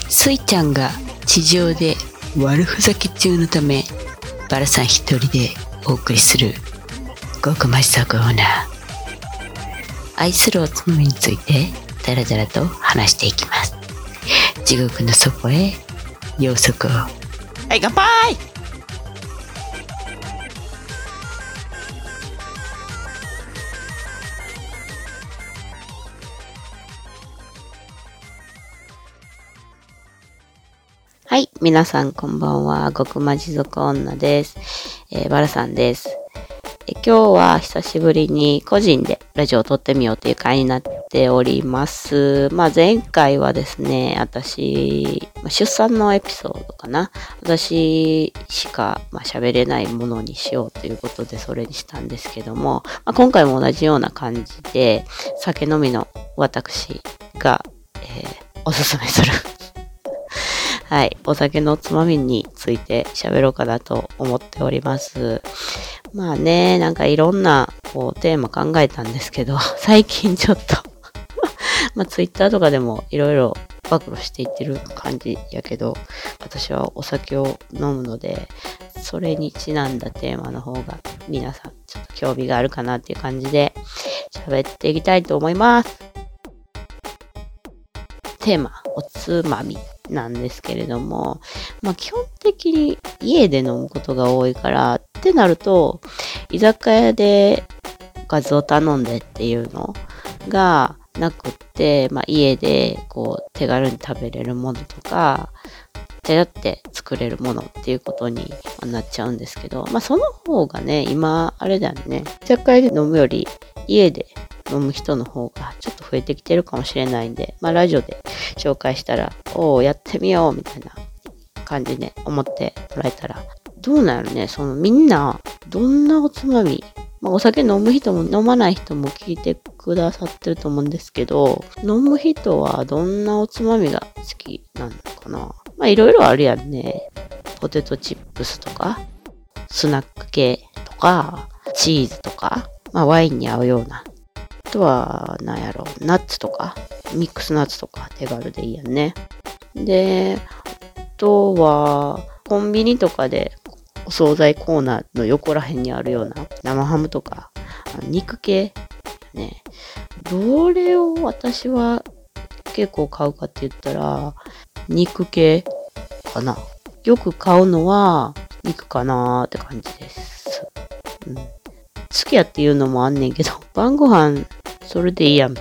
スイちゃんが地上で悪ふざけ中のため、バラさん一人でお送りするごくましさコーナー。愛するおつまみについてだらだらと話していきます。地獄の底へようそこ。はい、乾杯。はい、皆さんこんばんは。ごくまじ族女です。バラさんです。今日は久しぶりに個人でラジオを撮ってみようという回になっております。前回はですね、私、出産のエピソードかな。私しか喋れないものにしようということでそれにしたんですけども、今回も同じような感じで酒飲みの私が、おすすめするはい、お酒のつまみについて喋ろうかなと思っております。なんかいろんなテーマ考えたんですけど、最近ちょっとツイッターとかでもいろいろ暴露していってる感じやけど、私はお酒を飲むので、それにちなんだテーマの方が皆さんちょっと興味があるかなっていう感じで喋っていきたいと思います。テーマ、おつまみなんですけれども、基本的に家で飲むことが多いからってなると、居酒屋でおかずを頼んでっていうのがなくって、家で手軽に食べれるものとか、手だって作れるものっていうことになっちゃうんですけど、その方がね、今あれだよね、居酒屋で飲むより家で飲む人の方がちょっと増えてきてるかもしれないんで、ラジオで紹介したら、やってみようみたいな感じで思ってもらえたら、どうなるね、みんな、どんなおつまみ、お酒飲む人も飲まない人も聞いてくださってると思うんですけど、飲む人はどんなおつまみが好きなのかな。いろいろあるやんね。ポテトチップスとか、スナック系とか、チーズとか、ワインに合うような。あとは、ナッツとか、ミックスナッツとか手軽でいいやんね。で、あとは、コンビニとかでお惣菜コーナーの横ら辺にあるような生ハムとか、肉系ね。どれを私は結構買うかって言ったら、肉系かな。よく買うのは肉かなーって感じです。好きやっていうのもあんねんけど、晩ご飯それでいいやみたい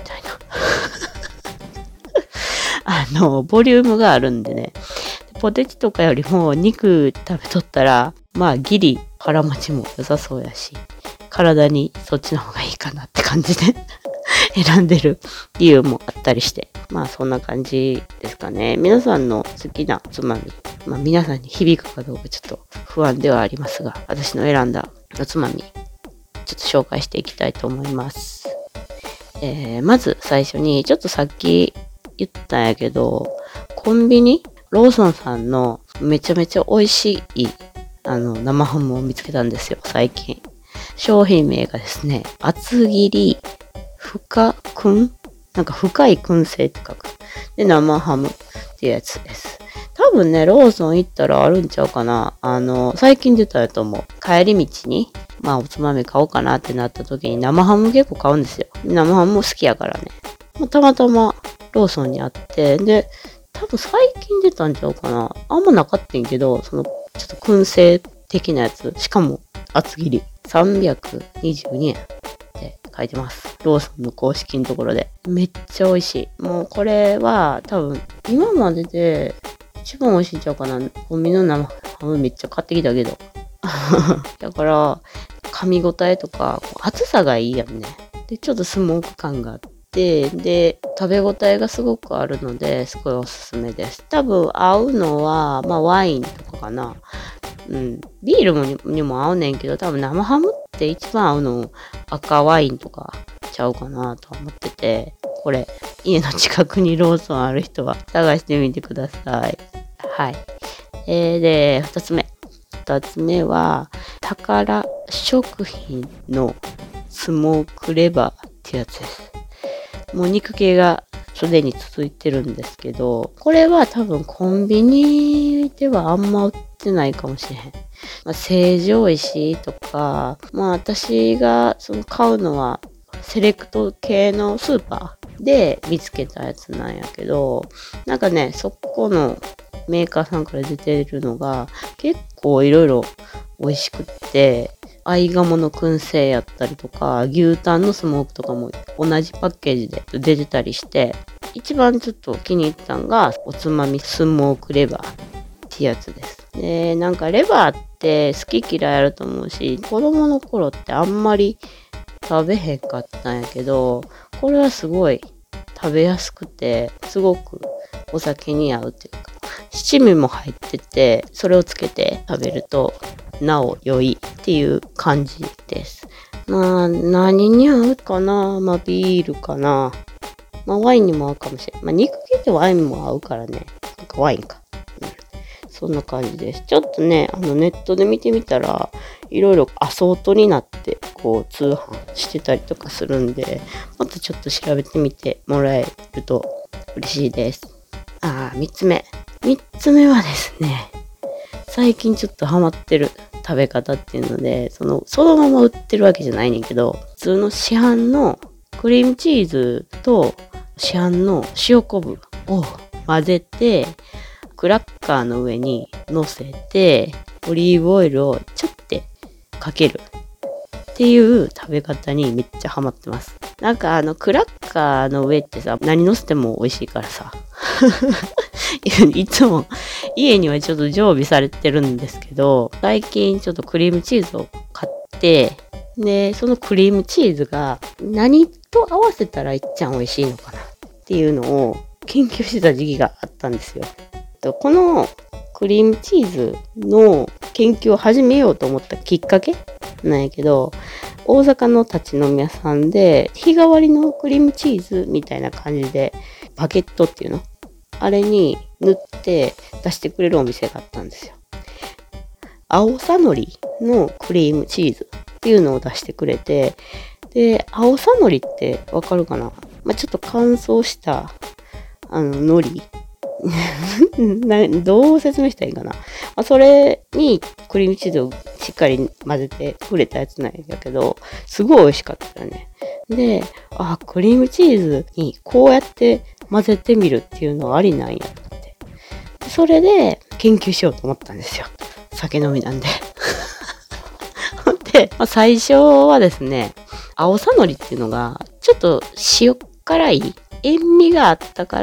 な。ボリュームがあるんでね。ポテチとかよりも肉食べとったら、ギリ腹持ちも良さそうやし、体にそっちの方がいいかなって感じで選んでる理由もあったりして。そんな感じですかね。皆さんの好きなつまみ。皆さんに響くかどうかちょっと不安ではありますが、私の選んだおつまみ、ちょっと紹介していきたいと思います。まず最初に、ちょっとさっき言ったんやけど、コンビニローソンさんのめちゃめちゃ美味しい生ハムを見つけたんですよ、最近。商品名がですね、厚切り深い燻製って書く。で、生ハムっていうやつです。多分ね、ローソン行ったらあるんちゃうかな。最近出たやと思う。帰り道に、おつまみ買おうかなってなった時に生ハム結構買うんですよ。生ハムも好きやからね。たまたまローソンにあって、で、多分最近出たんちゃうかな。あんまなかったんけど、ちょっと燻製的なやつ。しかも、厚切り。322円って書いてます。ローソンの公式のところで。めっちゃ美味しい。もうこれは多分、今までで一番美味しいんちゃうかな。コンビニの生ハムめっちゃ買ってきたけど。だから、噛み応えとか、厚さがいいやんね。で、ちょっとスモーク感があって、で、食べ応えがすごくあるので、すごいおすすめです。多分合うのは、ワインとかかな。ビールにも合うねんけど、多分生ハムって一番合うの赤ワインとかちゃうかなと思ってて、これ、家の近くにローソンある人は探してみてください。はい。で、二つ目は、宝食品のスモークレバーってやつです。もう肉系がすでに続いてるんですけど、これは多分コンビニではあんま売ってないかもしれへん。成城石井とか、私が買うのはセレクト系のスーパーで見つけたやつなんやけど、なんかね、そこのメーカーさんから出てるのが結構いろいろ美味しくって、合鴨の燻製やったりとか、牛タンのスモークとかも同じパッケージで出てたりして、一番ちょっと気に入ったのが、おつまみスモークレバーってやつです。で、なんかレバーって好き嫌いあると思うし、子供の頃ってあんまり食べへんかったんやけど、これはすごい食べやすくて、すごくお酒に合うっていうか、七味も入ってて、それをつけて食べるとなお良いっていう感じです。何に合うかな？ビールかな？ワインにも合うかもしれない。肉系ってワインも合うからね。なんかワインか。そんな感じです。ちょっとね、ネットで見てみたら、いろいろアソートになって、通販してたりとかするんで、またちょっと調べてみてもらえると嬉しいです。3つ目。3つ目はですね、最近ちょっとハマってる食べ方っていうので、そのまま売ってるわけじゃないねんけど、普通の市販のクリームチーズと市販の塩昆布を混ぜて、クラッカーの上に乗せて、オリーブオイルをちょっとかけるっていう食べ方にめっちゃハマってます。なんかクラッカーの上ってさ、何乗せても美味しいからさ。いつも家にはちょっと常備されてるんですけど、最近ちょっとクリームチーズを買って、で、そのクリームチーズが何と合わせたらいっちゃん美味しいのかなっていうのを研究してた時期があったんですよ。このクリームチーズの研究を始めようと思ったきっかけなんやけど、大阪の立ち飲み屋さんで日替わりのクリームチーズみたいな感じでバゲットっていうのあれに塗って出してくれるお店があったんですよ。青さのりのクリームチーズっていうのを出してくれて、で、青さのりってわかるかな？ちょっと乾燥したのりどう説明したらいいかな。それにクリームチーズをしっかり混ぜてくれたやつなんやけど、すごい美味しかったよね。で、クリームチーズにこうやって混ぜてみるっていうのはありなんやって。それで研究しようと思ったんですよ。酒飲みなんで。で、最初はですね、青さのりっていうのがちょっと塩辛い塩味があったから、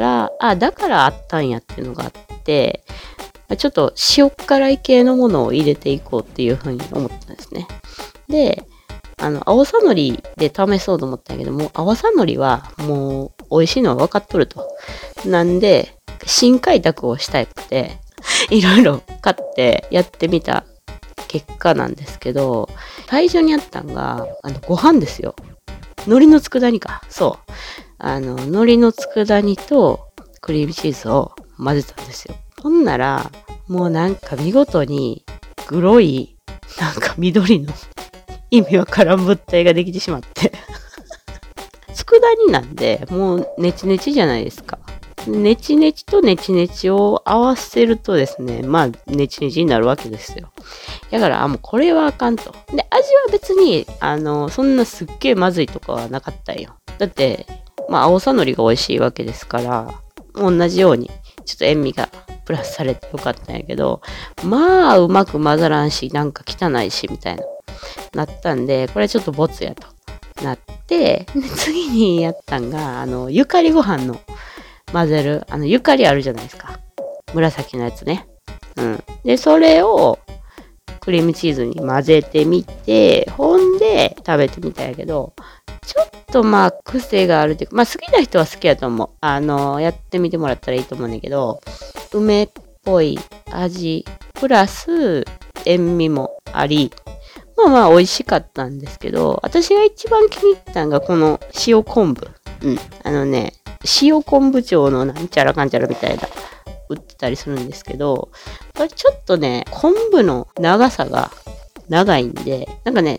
だからあったんやっていうのがあって、ちょっと塩辛い系のものを入れていこうっていうふうに思ったんですね。で、青さのりで試そうと思ったんやけども、青さのりはもう美味しいのは分かっとると。なんで、新開拓をしたくて、いろいろ買ってやってみた結果なんですけど、最初にやったんが、ご飯ですよ。海苔の佃煮か。そう。海苔の佃煮とクリームチーズを混ぜたんですよ。ほんなら、もうなんか見事に黒い、なんか緑の意味わからん物体ができてしまって。佃煮なんで、もうネチネチじゃないですか。ネチネチとネチネチを合わせるとですね、ネチネチになるわけですよ。だから、もうこれはあかんと。で、味は別に、そんなすっげえまずいとかはなかったんよ。だって、青さのりが美味しいわけですから、同じように、ちょっと塩味がプラスされてよかったんやけど、うまく混ざらんし、なんか汚いし、みたいなったんで、これちょっとボツやとなって、で次にやったんが、ゆかりご飯の混ぜる、ゆかりあるじゃないですか。紫のやつね。で、それを、クリームチーズに混ぜてみて、ほんで食べてみたんやけど、ちょっと癖があるっていうか、好きな人は好きやと思う。やってみてもらったらいいと思うんだけど、梅っぽい味、プラス塩味もあり、美味しかったんですけど、私が一番気に入ったのがこの塩昆布。塩昆布町のなんちゃらかんちゃらみたいな、売ってたりするんですけど、これちょっとね、昆布の長さが長いんで、なんかね、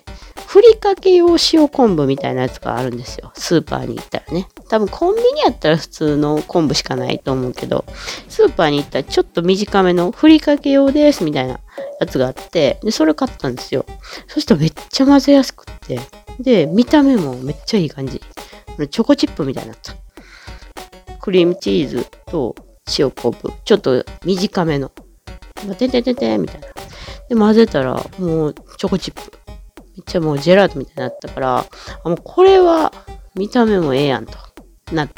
ふりかけ用塩昆布みたいなやつがあるんですよ。スーパーに行ったらね。多分コンビニやったら普通の昆布しかないと思うけど、スーパーに行ったらちょっと短めのふりかけ用ですみたいなやつがあって、で、それ買ったんですよ。そしたらめっちゃ混ぜやすくって、で、見た目もめっちゃいい感じ。チョコチップみたいになった。クリームチーズと塩昆布。ちょっと短めの。てんてんてんてんみたいな。で、混ぜたら、もうチョコチップ。めっちゃもうジェラートみたいになったから、もうこれは見た目もええやんとなって、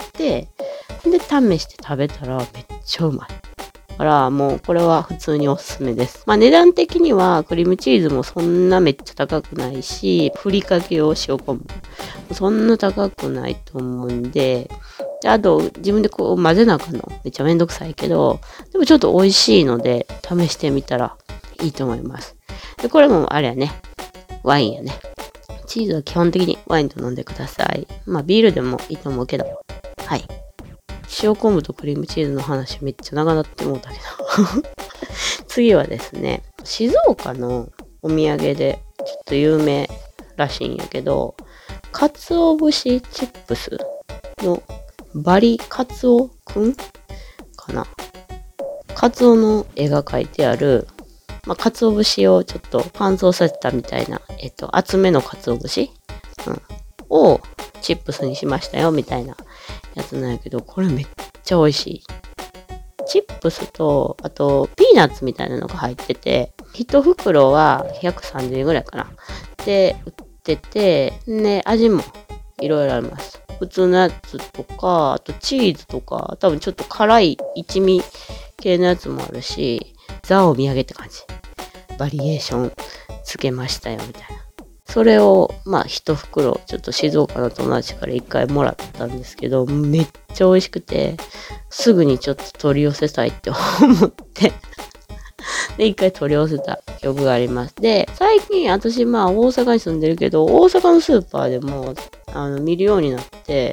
で、試して食べたらめっちゃうまい。だからもうこれは普通におすすめです。まあ値段的にはクリームチーズもそんなめっちゃ高くないし、ふりかけ用塩昆布そんな高くないと思うんで、あと自分でこう混ぜなあかんのめっちゃめんどくさいけど、でもちょっと美味しいので試してみたらいいと思います。で、これもあれやね。ワインやね。チーズは基本的にワインと飲んでください。まあビールでもいいと思うけど。はい。塩昆布とクリームチーズの話めっちゃ長なってもうたけど。次はですね、静岡のお土産でちょっと有名らしいんやけど、鰹節チップスのバリカツオくんかな。カツオの絵が描いてある、まあ、鰹節をちょっと乾燥させたみたいな、厚めの鰹節、をチップスにしましたよ、みたいなやつなんやけど、これめっちゃ美味しい。チップスと、あと、ピーナッツみたいなのが入ってて、一袋は130円ぐらいかな。で、売ってて、ね、味もいろいろあります。普通のやつとか、あとチーズとか、多分ちょっと辛い一味系のやつもあるし、ザお土産って感じ。バリエーションつけましたよ、みたいな。それを、まあ、一袋、ちょっと静岡の友達から一回もらったんですけど、めっちゃ美味しくて、すぐにちょっと取り寄せたいって思って、で、一回取り寄せた記憶があります。で、最近私、まあ、大阪に住んでるけど、大阪のスーパーでも、見るようになって、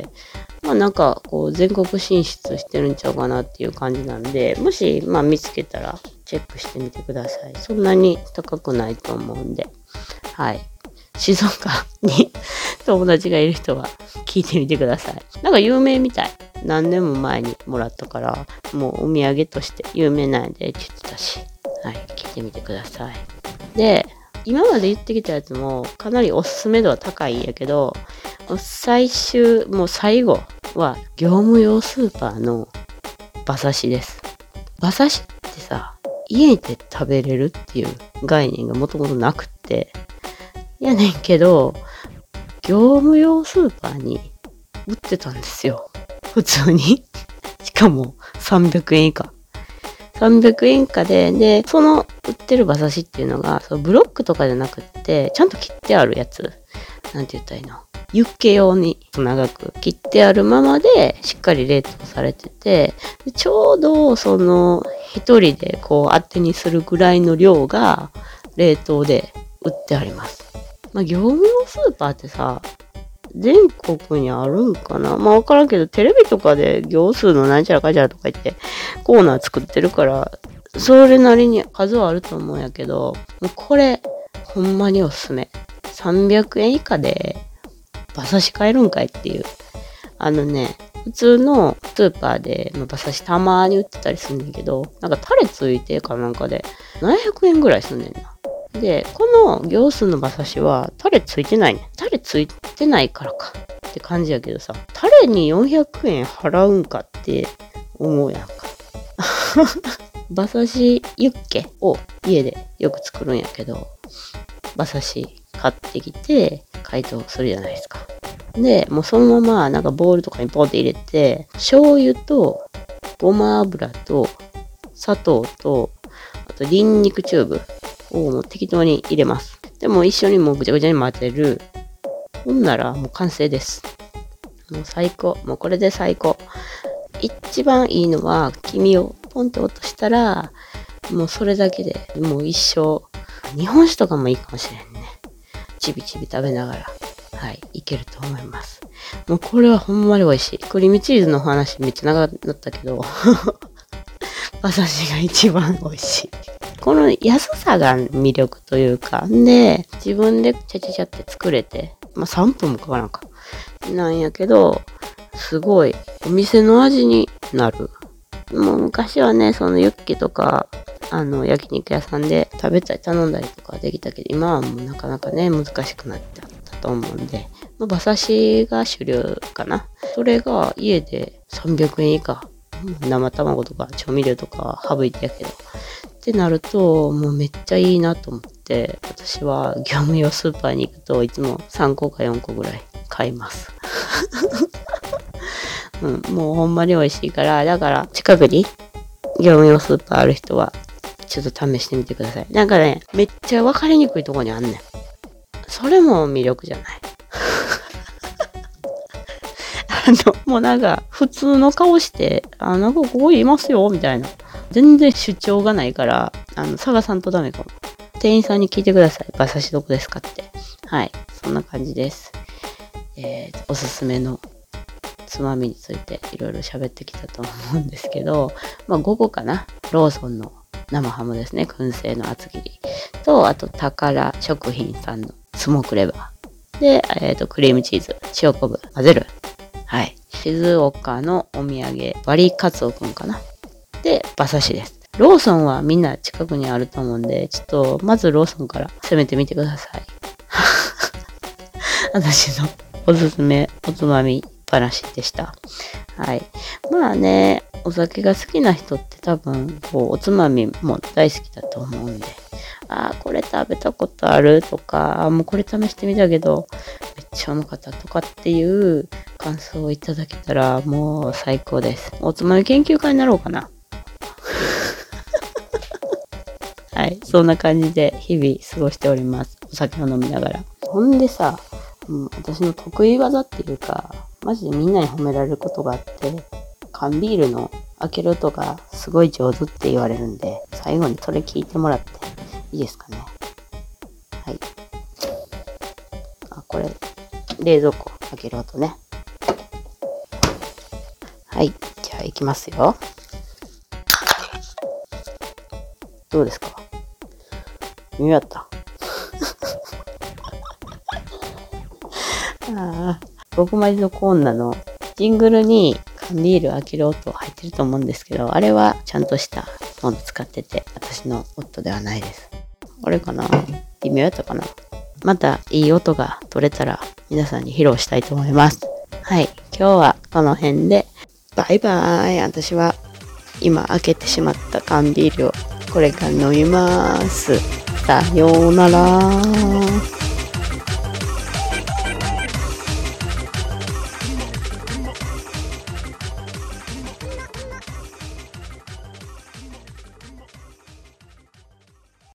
まあなんかこう全国進出してるんちゃうかなっていう感じなんで、もしまあ見つけたらチェックしてみてください。そんなに高くないと思うんで。はい。静岡に友達がいる人は聞いてみてください。なんか有名みたい。何年も前にもらったから、もうお土産として有名なんでって言ってたし。はい。聞いてみてください。で、今まで言ってきたやつもかなりおすすめ度は高いんやけど、もう最後は業務用スーパーの馬刺しです。馬刺しってさ、家で食べれるっていう概念がもともとなくって、やねんけど、業務用スーパーに売ってたんですよ。普通に。しかも300円以下。300円以下で、その売ってる馬刺しっていうのが、そのブロックとかじゃなくって、ちゃんと切ってあるやつ。なんて言ったらいいの？ユッケ用に長く切ってあるままでしっかり冷凍されてて、ちょうどその一人でこう当てにするぐらいの量が冷凍で売ってあります。まあ業務用スーパーってさ、全国にあるんかな？まあわからんけど、テレビとかで行数のなんちゃらかちゃらとか言ってコーナー作ってるから、それなりに数はあると思うんやけど、もうこれほんまにおすすめ。300円以下で馬刺し買えるんかいっていう。普通のスーパーで馬刺したまーに売ってたりすんねんけど、なんかタレついてかなんかで700円ぐらいすんねんな。で、この行数の馬刺しはタレついてないねん。タレついてないからかって感じやけどさ、タレに400円払うんかって思うやんか。馬刺しユッケを家でよく作るんやけど、馬刺し買ってきて解凍するじゃないですか。で、もうそのままなんかボウルとかにポンって入れて、醤油とごま油と砂糖と、あとニンニクチューブをもう適当に入れます。でも一緒にもうぐちゃぐちゃに混ぜる。ほんならもう完成です。もう最高。もうこれで最高。一番いいのは黄身をポンって落としたら、もうそれだけでもう一生。日本酒とかもいいかもしれんね。ちびちび食べながら。はい、いけると思います。もうこれはほんまに美味しい。クリームチーズの話めっちゃ長くなったけど、馬刺しが一番美味しい。 この安さが魅力というか、で、自分でちゃちゃちゃって作れて、3分もかからんか。なんやけど、すごいお店の味になる。もう昔はね、そのユッケとか、焼肉屋さんで食べたり頼んだりとかできたけど、今はもうなかなかね、難しくなっちゃったと思うんで、馬刺しが主流かな。それが家で300円以下。生卵とか調味料とか省いてやけど。ってなると、もうめっちゃいいなと思って、私は業務用スーパーに行くといつも3個か4個ぐらい買います。もうほんまに美味しいから、だから近くに業務用スーパーある人はちょっと試してみてください。なんかね、めっちゃ分かりにくいとこにあんねん。それも魅力じゃない。もうなんか普通の顔して、なんかここいますよ、みたいな。全然主張がないから、探さんとダメかも。店員さんに聞いてください。馬刺しどこですかって。はい。そんな感じです。おすすめのつまみについていろいろ喋ってきたと思うんですけど、午後かな。ローソンの生ハムですね。燻製の厚切り。と、あと、宝食品さんのスモークレバー。で、クリームチーズ、塩昆布、混ぜる。はい。静岡のお土産、バリカツオくんかな。で、馬刺しです。ローソンはみんな近くにあると思うんで、ちょっと、まずローソンから攻めてみてください。私のおすすめおつまみ話でした。はい。まあね、お酒が好きな人って多分、おつまみも大好きだと思うんで、これ食べたことあるとか、もうこれ試してみたけど、めっちゃうまかったとかっていう感想をいただけたらもう最高です。おつまみ研究家になろうかな。はい。そんな感じで日々過ごしております。お酒を飲みながら。ほんでさ、私の得意技っていうか、マジでみんなに褒められることがあって、缶ビールの開ける音がすごい上手って言われるんで、最後にそれ聞いてもらっていいですかね。はい。これ、冷蔵庫開ける音ね。はい。じゃあ行きますよ。どうですか？耳あった僕マジのコーナのジングルに缶ビール開ける音入ってると思うんですけど、あれはちゃんとしたもの使ってて、私の夫ではないです。あれかな？微妙やったかな？またいい音が取れたら皆さんに披露したいと思います。はい。今日はこの辺でバイバーイ。私は今開けてしまった缶ビールをこれから飲みます。さようなら。